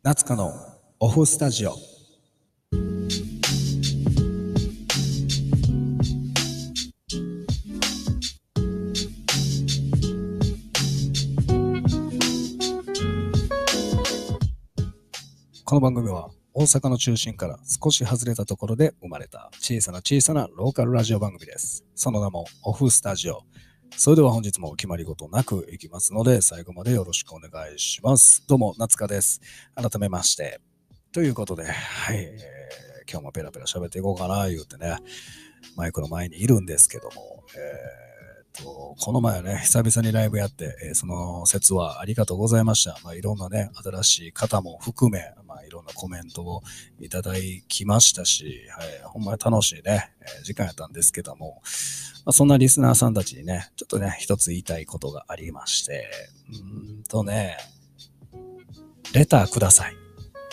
夏香のオフスタジオ。この番組は大阪の中心から少し外れたところで生まれた小さなローカルラジオ番組です。その名もオフスタジオ。それでは本日も決まり事なくいきますので、最後までよろしくお願いします。どうも夏香です。改めましてということで、今日もペラペラ喋っていこうかな言うてね、マイクの前にいるんですけども、この前ね、久々にライブやって、その説はありがとうございました。いろんなね、新しい方も含め、いろんなコメントをいただきましたし、ほんまに楽しいね、時間やったんですけども、そんなリスナーさんたちにね、ちょっとね、一つ言いたいことがありまして、レターください。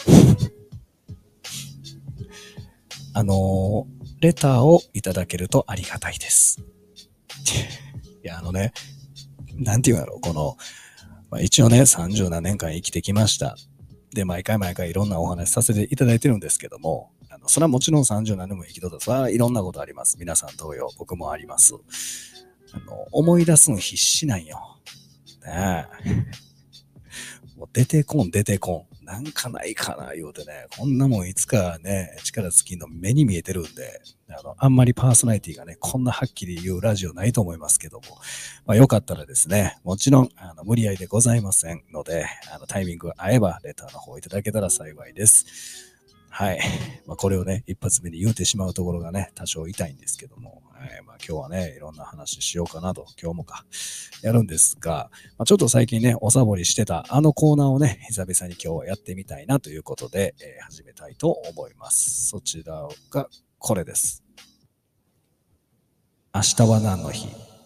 レターをいただけるとありがたいです。いや、なんていうんやろ、一応ね、30何年間生きてきました。で、毎回いろんなお話させていただいてるんですけども、それはもちろん30何年も生きとった。それはいろんなことあります。皆さん同様、僕もあります。思い出すの必死なんよ。ねえ。もう出てこん。なんかないかな、言うてね。こんなもんいつかね、力尽きんの目に見えてるんで、あんまりパーソナリティがね、こんなはっきり言うラジオないと思いますけども、よかったらですね、もちろん、無理やりでございませんので、タイミングが合えば、レターの方いただけたら幸いです。はい。これをね、一発目に言うてしまうところがね、多少痛いんですけども、今日はね、いろんな話しようかなと、今日もやるんですが、ちょっと最近ね、おサボりしてたあのコーナーをね、久々に今日はやってみたいなということで、始めたいと思います。そちらがこれです。明日は何の日？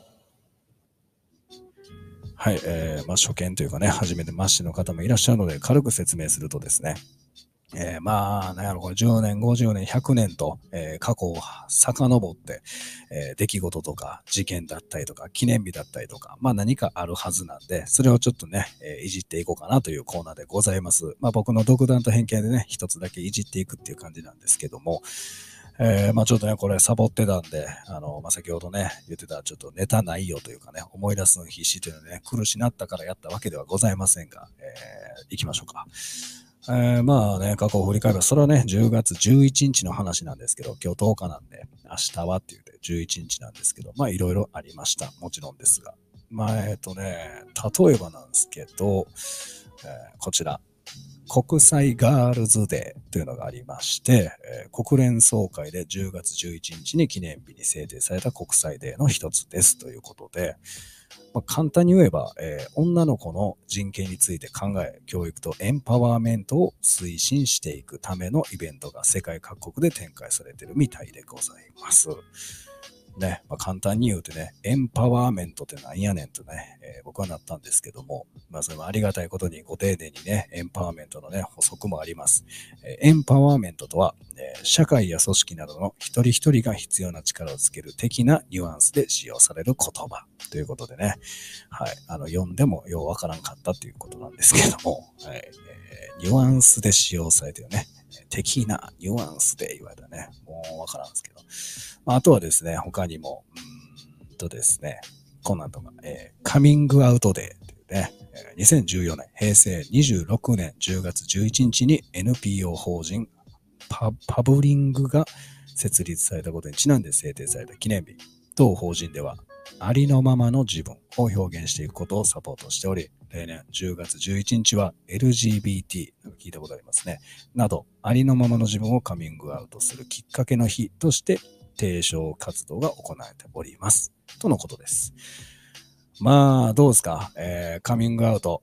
はい、初見というかね、初めてましての方もいらっしゃるので、軽く説明するとですね、なんやろ、これ10年、50年、100年と、過去を遡って、出来事とか事件だったりとか記念日だったりとか、何かあるはずなんで、それをちょっとね、いじっていこうかなというコーナーでございます。僕の独断と偏見でね、一つだけいじっていくっていう感じなんですけども、ちょっとね、これサボってたんで、先ほどね、言ってたちょっとネタないよというかね、思い出すの必死というのね、苦しなったからやったわけではございませんが、行きましょうか。過去を振り返れば、それはね、10月11日の話なんですけど、今日10日なんで、明日はって言って11日なんですけど、いろいろありました。もちろんですが。例えばなんですけど、こちら、国際ガールズデーというのがありまして、国連総会で10月11日に記念日に制定された国際デーの一つですということで、簡単に言えば、女の子の人権について考え、教育とエンパワーメントを推進していくためのイベントが世界各国で展開されているみたいでございます。ね、簡単に言うとね、エンパワーメントってなんやねんとね、僕はなったんですけども、それもありがたいことにご丁寧にね、エンパワーメントのね、補足もあります。エンパワーメントとは、社会や組織などの一人一人が必要な力をつける的なニュアンスで使用される言葉ということでね、はい、読んでもようわからんかったということなんですけども、ニュアンスで使用されてるね、的なニュアンスで言われたね、もうわからんですけど、あとはですね、他にも、ですね、こんなんとか、カミングアウトデーというね、2014年、平成26年10月11日に NPO 法人パブリングが設立されたことにちなんで制定された記念日。当法人では、ありのままの自分を表現していくことをサポートしており、例年10月11日は LGBT、聞いたことありますね。など、ありのままの自分をカミングアウトするきっかけの日として提唱活動が行われております。とのことです。どうですか、カミングアウト。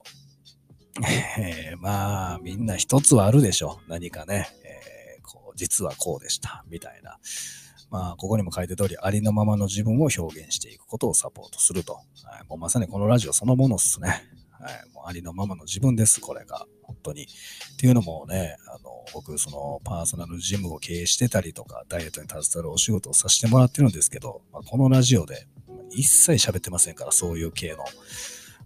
みんな一つはあるでしょう。何かね、実はこうでした。みたいな。ここにも書いて通り、ありのままの自分を表現していくことをサポートすると。もうまさにこのラジオそのものっすね。もうありのままの自分です、これが。本当に。っていうのもね、僕、そのパーソナルジムを経営してたりとか、ダイエットに携わるお仕事をさせてもらってるんですけど、このラジオで一切喋ってませんから、そういう系の。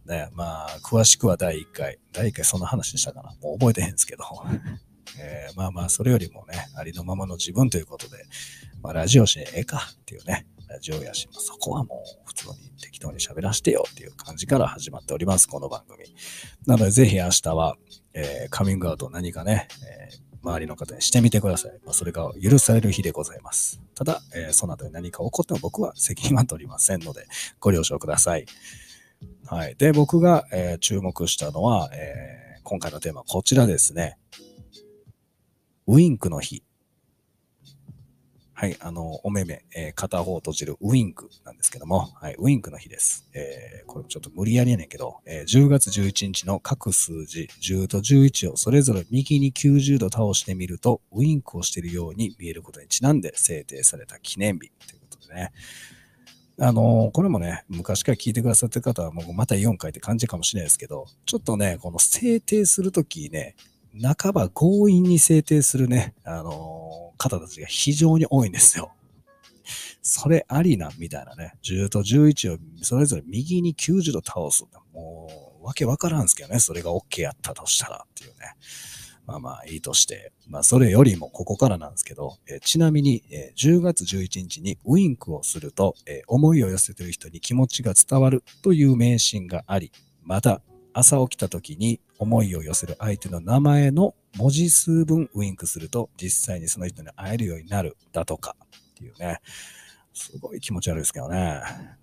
ね、まあ、詳しくは第1回そんな話したかな。もう覚えてへんですけど。まあまあ、それよりもね、ありのままの自分ということで、まあ、ラジオしええかっていうね、ラジオやし、まあ、そこはもう普通に適当に喋らせてよっていう感じから始まっております、この番組。なので、ぜひ明日は、カミングアウト何かね、周りの方にしてみてください。まあ、それが許される日でございます。ただ、その後に何か起こっても僕は責任は取りませんので、ご了承ください。はい。で、僕が、注目したのは、今回のテーマはこちらですね。ウインクの日。はい。お目目、片方閉じるウインクなんですけども、はい。ウインクの日です。これちょっと無理やりやねんけど、10月11日の各数字、10と11をそれぞれ右に90度倒してみると、ウインクをしているように見えることにちなんで制定された記念日ということでね。これもね、昔から聞いてくださってる方はもうまた4回って感じかもしれないですけど、ちょっとね、この制定するときね、半ば強引に制定するね、方たちが非常に多いんですよ。それありな、みたいなね。10と11をそれぞれ右に90度倒す。もう、わけわからんすけどね。それが OK やったとしたらっていうね。まあまあいいとして。まあそれよりもここからなんですけど、ちなみに、10月11日にウインクをすると、思いを寄せている人に気持ちが伝わるという迷信があり、また朝起きた時に思いを寄せる相手の名前の文字数分ウインクすると実際にその人に会えるようになるだとかっていうね。すごい気持ち悪いですけどね。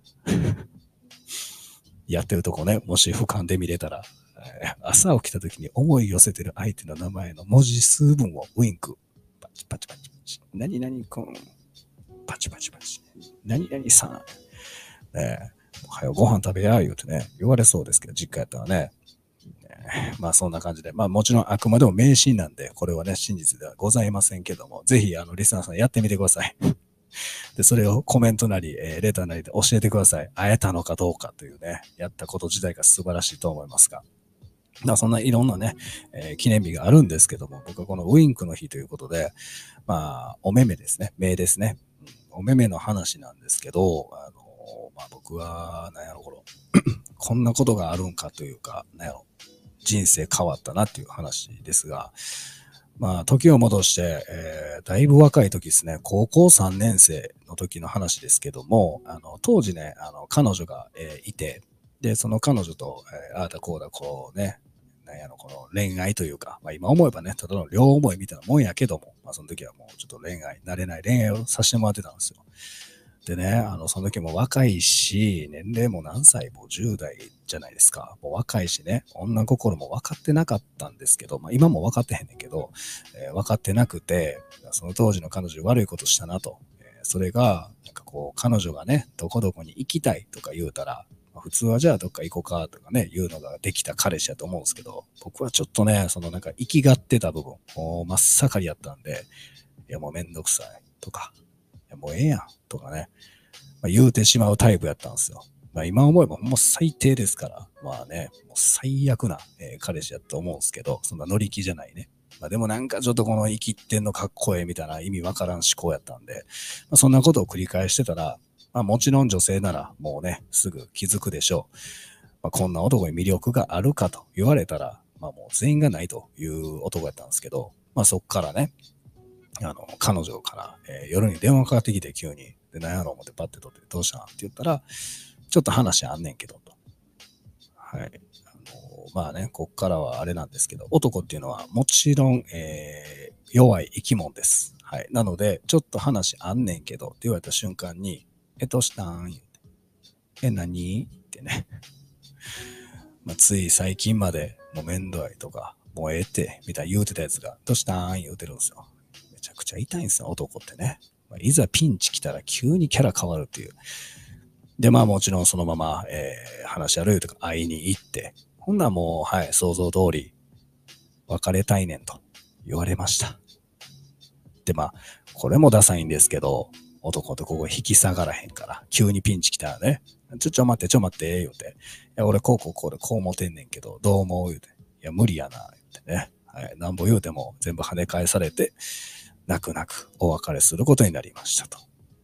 やってるとこね、もし俯瞰で見れたら、朝起きた時に思い寄せてる相手の名前の文字数分をウインク。パチパチパチパチ。何々くん。パチパチパチ。何々さん。はよご飯食べや言うてね、言われそうですけど、実家やったらね。まあそんな感じで、まあもちろんあくまでも迷信なんで、これはね、真実ではございませんけども、ぜひリスナーさんやってみてください。で、それをコメントなり、レターなりで教えてください。会えたのかどうかというね、やったこと自体が素晴らしいと思いますが。そんないろんなね、記念日があるんですけども、僕はこのウインクの日ということで、まあ、お目目ですね。目ですね。お目目の話なんですけど、まあ僕は、なんやろ、こんなことがあるんかというか、なんやろ、人生変わったなっていう話ですが、まあ、時を戻して、だいぶ若い時ですね、高校3年生の時の話ですけども、当時ね、彼女が、いて、で、その彼女と、ああだこうだこうね、なんやろ、この恋愛というか、まあ今思えばね、ただの両思いみたいなもんやけども、まあその時はもうちょっと慣れない恋愛をさせてもらってたんですよ。でね、その時も若いし、年齢も何歳も10代じゃないですか。もう若いしね、女心も分かってなかったんですけど、まあ今も分かってへんねんけど、分かってなくて、その当時の彼女に悪いことしたなと。それが、なんかこう、彼女がね、どこどこに行きたいとか言うたら、まあ普通はじゃあどっか行こうかとかね、言うのができた彼氏やと思うんですけど、僕はちょっとね、そのなんか生きがってた部分、もう真っ盛りやったんで、いやもうめんどくさいとか、いやもうええやんとかね、まあ、言うてしまうタイプやったんですよ。まあ、今思えばもう最低ですから、まあね、もう最悪な、彼氏やと思うんですけど、そんな乗り気じゃないね。まあ、でもなんかちょっとこの生きってんのかっこええみたいな意味わからん思考やったんで、まあ、そんなことを繰り返してたら、まあもちろん女性ならもうね、すぐ気づくでしょう。まあ、こんな男に魅力があるかと言われたら、まあもう全員がないという男やったんですけど、まあそっからね、彼女から、夜に電話かかってきて急に、で、何やろう思ってパッて取って、どうしたんって言ったら、ちょっと話あんねんけど、と。はい。まあね、こっからはあれなんですけど、男っていうのはもちろん、弱い生き物です。はい。なので、ちょっと話あんねんけどって言われた瞬間に、どうしたん言って、何ってね。まあ、つい最近までもうめんどいとか、もうええって、みたいな言うてたやつが、どうしたん言うてるんですよ。めちゃくちゃ痛いんですよ、男ってね。まあ、いざピンチ来たら急にキャラ変わるっていう。で、まあもちろんそのまま、話し歩いとか会いに行って、ほんならもう、はい、想像通り、別れたいねんと言われました。で、まあ、これもダサいんですけど、男ってここ引き下がらへんから、急にピンチ来たらね、ちょ待って、言うて。いや、俺こうでこう思ってんねんけど、どう思う言うて。いや、無理やな、言ってね。はい、なんぼ言うても全部跳ね返されて、泣く泣くお別れすることになりましたと。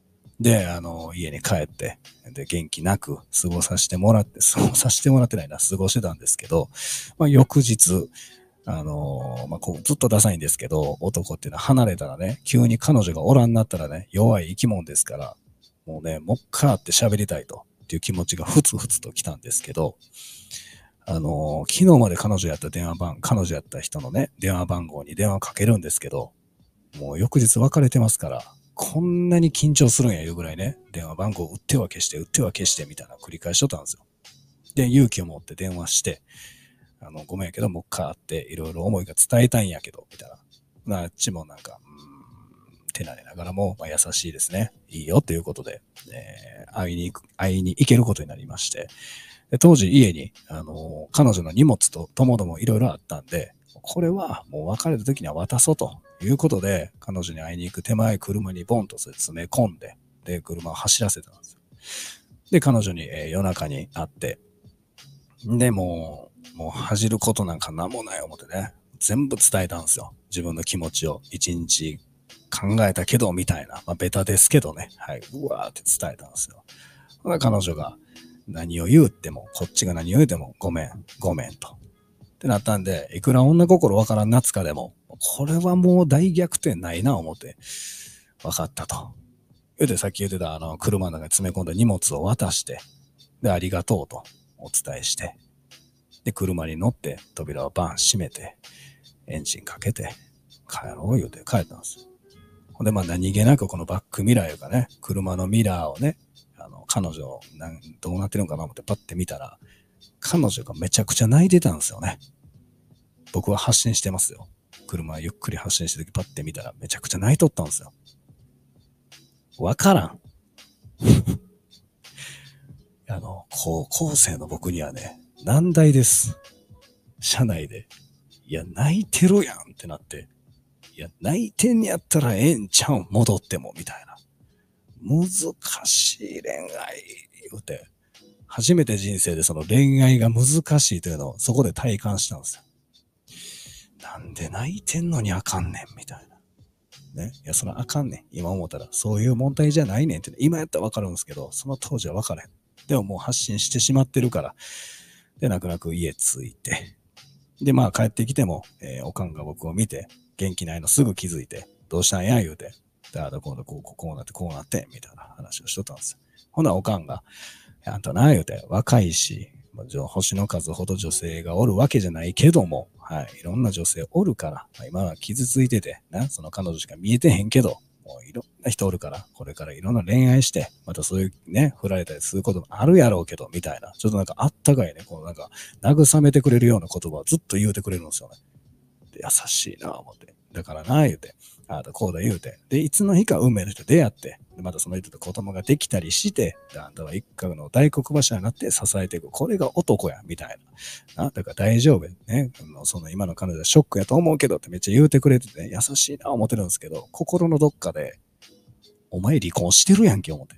で、家に帰って、で、元気なく過ごさせてもらって、過ごさせてもらってないな、過ごしてたんですけど、まあ、翌日、まあ、こう、ずっとダサいんですけど、男っていうのは離れたらね、急に彼女がおらんなったらね、弱い生き物ですから、もうね、もっかーって喋りたいとっていう気持ちがふつふつと来たんですけど、昨日まで彼女やった彼女やった人のね、電話番号に電話かけるんですけど、もう翌日別れてますから、こんなに緊張するんやいうぐらいね、電話番号打っては消して、打っては消してみたいな繰り返しとったんですよ。で、勇気を持って電話して、ごめんやけど、もうかーっていろいろ思いが伝えたいんやけど、みたいな。あっちもなんか、手慣れながらも、まあ、優しいですね。いいよということで、会いに行けることになりまして、で当時家に、彼女の荷物と友々もいろいろあったんで、これはもう別れた時には渡そうということで、彼女に会いに行く手前車にボンと詰め込んで、で、車を走らせたんですよ。で、彼女に、夜中に会って、で、もう恥じることなんかなんもない思ってね、全部伝えたんですよ。自分の気持ちを一日考えたけど、みたいな。まあ、ベタですけどね。はい。うわーって伝えたんですよ。彼女が何を言うっても、こっちが何を言うても、ごめん、ごめんと。ってなったんで、いくら女心わからん夏かでも、これはもう大逆転ないな思って、分かったと。言うてさっき言ってた車の中に詰め込んだ荷物を渡して、で、ありがとうとお伝えして、で、車に乗って扉をバン閉めて、エンジンかけて、帰ろう言うて帰ったんです。ほんで、まあ何気なくこのバックミラーいうかね、車のミラーをね、彼女どうなってるのかな思ってパッて見たら、彼女がめちゃくちゃ泣いてたんですよね。僕は発信してますよ。車ゆっくり発信してる時パッて見たらめちゃくちゃ泣いとったんですよ。わからん。高校生の僕にはね、難題です。車内で。いや、泣いてるやんってなって。いや、泣いてんやったらええんちゃうん戻っても、みたいな。難しい恋愛、言うて。初めて人生でその恋愛が難しいというのをそこで体感したんですよ。なんで泣いてんのにあかんねん、みたいな。ね。いや、それあかんねん。今思ったら、そういう問題じゃないねんって、今やったらわかるんですけど、その当時はわからへん。でももう発信してしまってるから。で、泣く泣く家着いて。で、まあ帰ってきても、おかんが僕を見て、元気ないのすぐ気づいて、どうしたんや言うて、で、あだこうだこうなってこうなって、みたいな話をしとったんですよ。ほな、おかんが、あんたな、言うて、若いし、星の数ほど女性がおるわけじゃないけども、はい、いろんな女性おるから、まあ、今は傷ついてて、な、その彼女しか見えてへんけど、もういろんな人おるから、これからいろんな恋愛して、またそういうね、振られたりすることもあるやろうけど、みたいな、ちょっとなんかあったかいね、このなんか、慰めてくれるような言葉をずっと言うてくれるんですよね。で優しいなぁ思って。だからなぁ言うて、ああだこうだ言うて。で、いつの日か運命の人出会って、でまたその人と子供ができたりして、であんたは一家の大黒柱になって支えていく。これが男や、みたいな。だから大丈夫。ね。その今の彼女はショックやと思うけどってめっちゃ言うてくれてて、優しいなぁ思ってるんですけど、心のどっかで、お前離婚してるやんけ、思って。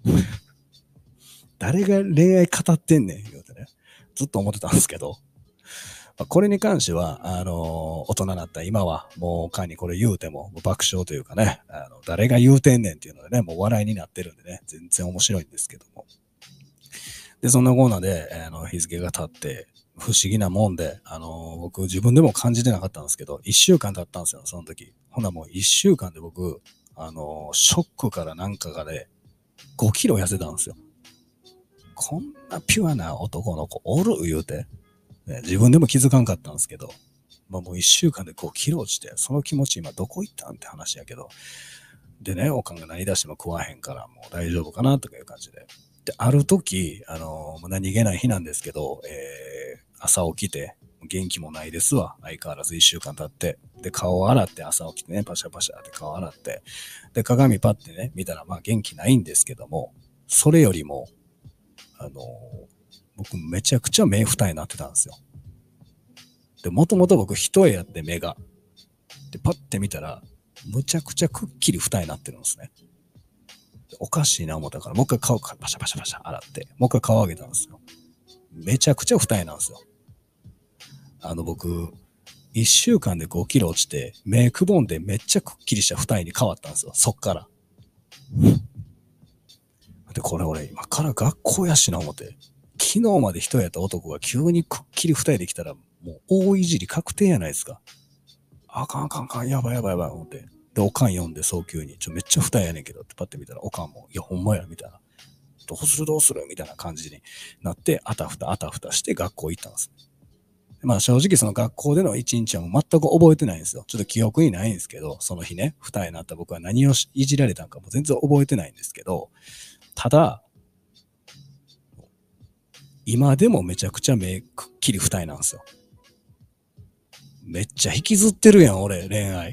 誰が恋愛語ってんねん、言うてね。ずっと思ってたんですけど、これに関しては、大人になった今は、もうおかんにこれ言うても、爆笑というかね、誰が言うてんねんっていうのでね、もう笑いになってるんでね、全然面白いんですけども。で、そんなコーナーで、日付が経って、不思議なもんで、僕自分でも感じてなかったんですけど、一週間経ったんですよ、その時。ほなもう一週間で僕、ショックからなんかがね、5キロ痩せたんですよ。こんなピュアな男の子おる言うて。自分でも気づかんかったんですけど、まあもう一週間で5キロ落ちて、その気持ち今どこ行ったんって話やけど、でね、おかんが何出しても食わへんからもう大丈夫かなとかいう感じで。で、ある時、何気ない日なんですけど、朝起きて、元気もないですわ。相変わらず一週間経って。で、顔を洗って朝起きてね、パシャパシャって顔を洗って。で、鏡パッてね、見たらまあ元気ないんですけども、それよりも、僕めちゃくちゃ目二重になってたんですよ。で、もともと僕一重やって目が。で、パッて見たら、むちゃくちゃくっきり二重になってるんですね。おかしいな思ったから、もう一回顔パシャパシャパシャ洗って、もう一回顔上げたんですよ。めちゃくちゃ二重なんですよ。僕、一週間で5キロ落ちて、目くぼんでめっちゃくっきりした二重に変わったんですよ。そっから。 で、これ俺今から学校やしな思って、昨日まで一人やった男が急にくっきり二人できたら、もう大いじり確定やないですか。あかんあかんあかん、やばいやばいやばい思って。で、おかん読んで早急に、めっちゃ二重やねんけどってパッて見たら、おかんも、いや、ほんまや、みたいな。どうするどうするみたいな感じになって、あたふたあたふたして学校行ったんです。まあ正直その学校での一日はもう全く覚えてないんですよ。ちょっと記憶にないんですけど、その日ね、二重になった僕は何をいじられたんかも全然覚えてないんですけど、ただ、今でもめちゃくちゃ目くっきり二重なんですよ。めっちゃ引きずってるやん、俺、恋愛。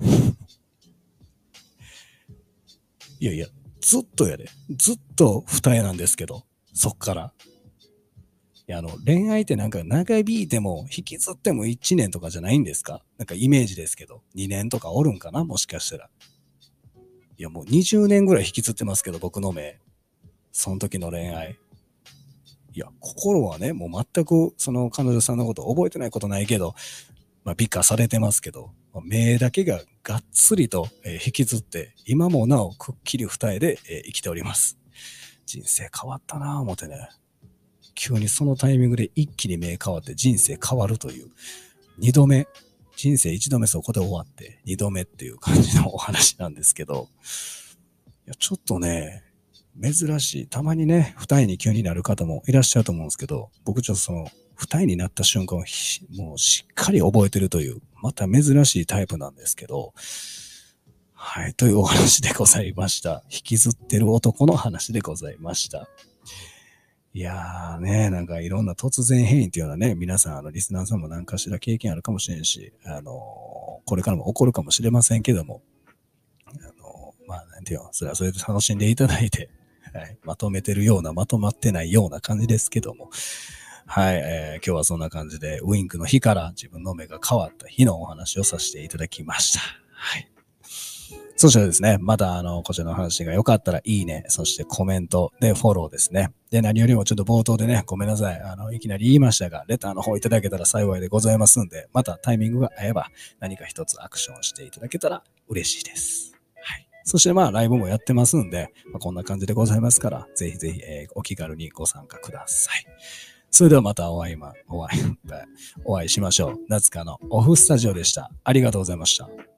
いやいや、ずっとやで。ずっと二重なんですけど、そっから。いや、恋愛ってなんか長引いても引きずっても1年とかじゃないんですか？なんかイメージですけど、2年とかおるんかなもしかしたら。いや、もう20年ぐらい引きずってますけど、僕の目。その時の恋愛。いや、心はね、もう全くその彼女さんのこと覚えてないことないけど、まあ、美化されてますけど、目だけががっつりと引きずって、今もなおくっきり二重で生きております。人生変わったなぁ思ってね。急にそのタイミングで一気に目変わって人生変わるという、二度目、人生一度目そこで終わって、二度目っていう感じのお話なんですけど、いやちょっとね、珍しい。たまにね、二重に急になる方もいらっしゃると思うんですけど、僕ちょっとその、二重になった瞬間をもうしっかり覚えてるという、また珍しいタイプなんですけど、はい、というお話でございました。引きずってる男の話でございました。いやーね、なんかいろんな突然変異っていうのはね、皆さん、リスナーさんも何かしら経験あるかもしれんし、これからも起こるかもしれませんけども、まあ、なんていうの、それはそれで楽しんでいただいて、はい、まとめてるような、まとまってないような感じですけども、はい、今日はそんな感じで、ウインクの日から自分の目が変わった日のお話をさせていただきました。はい。そしたらですね、またこちらの話が良かったらいいね、そしてコメントでフォローですね。で、何よりもちょっと冒頭でね、ごめんなさい。いきなり言いましたが、レターの方いただけたら幸いでございますんで、またタイミングが合えば何か一つアクションしていただけたら嬉しいです。はい。そしてまあライブもやってますんで、こんな感じでございますから、ぜひぜひ、お気軽にご参加ください。それではまたお会いしましょう。夏香のオフスタジオでした。ありがとうございました。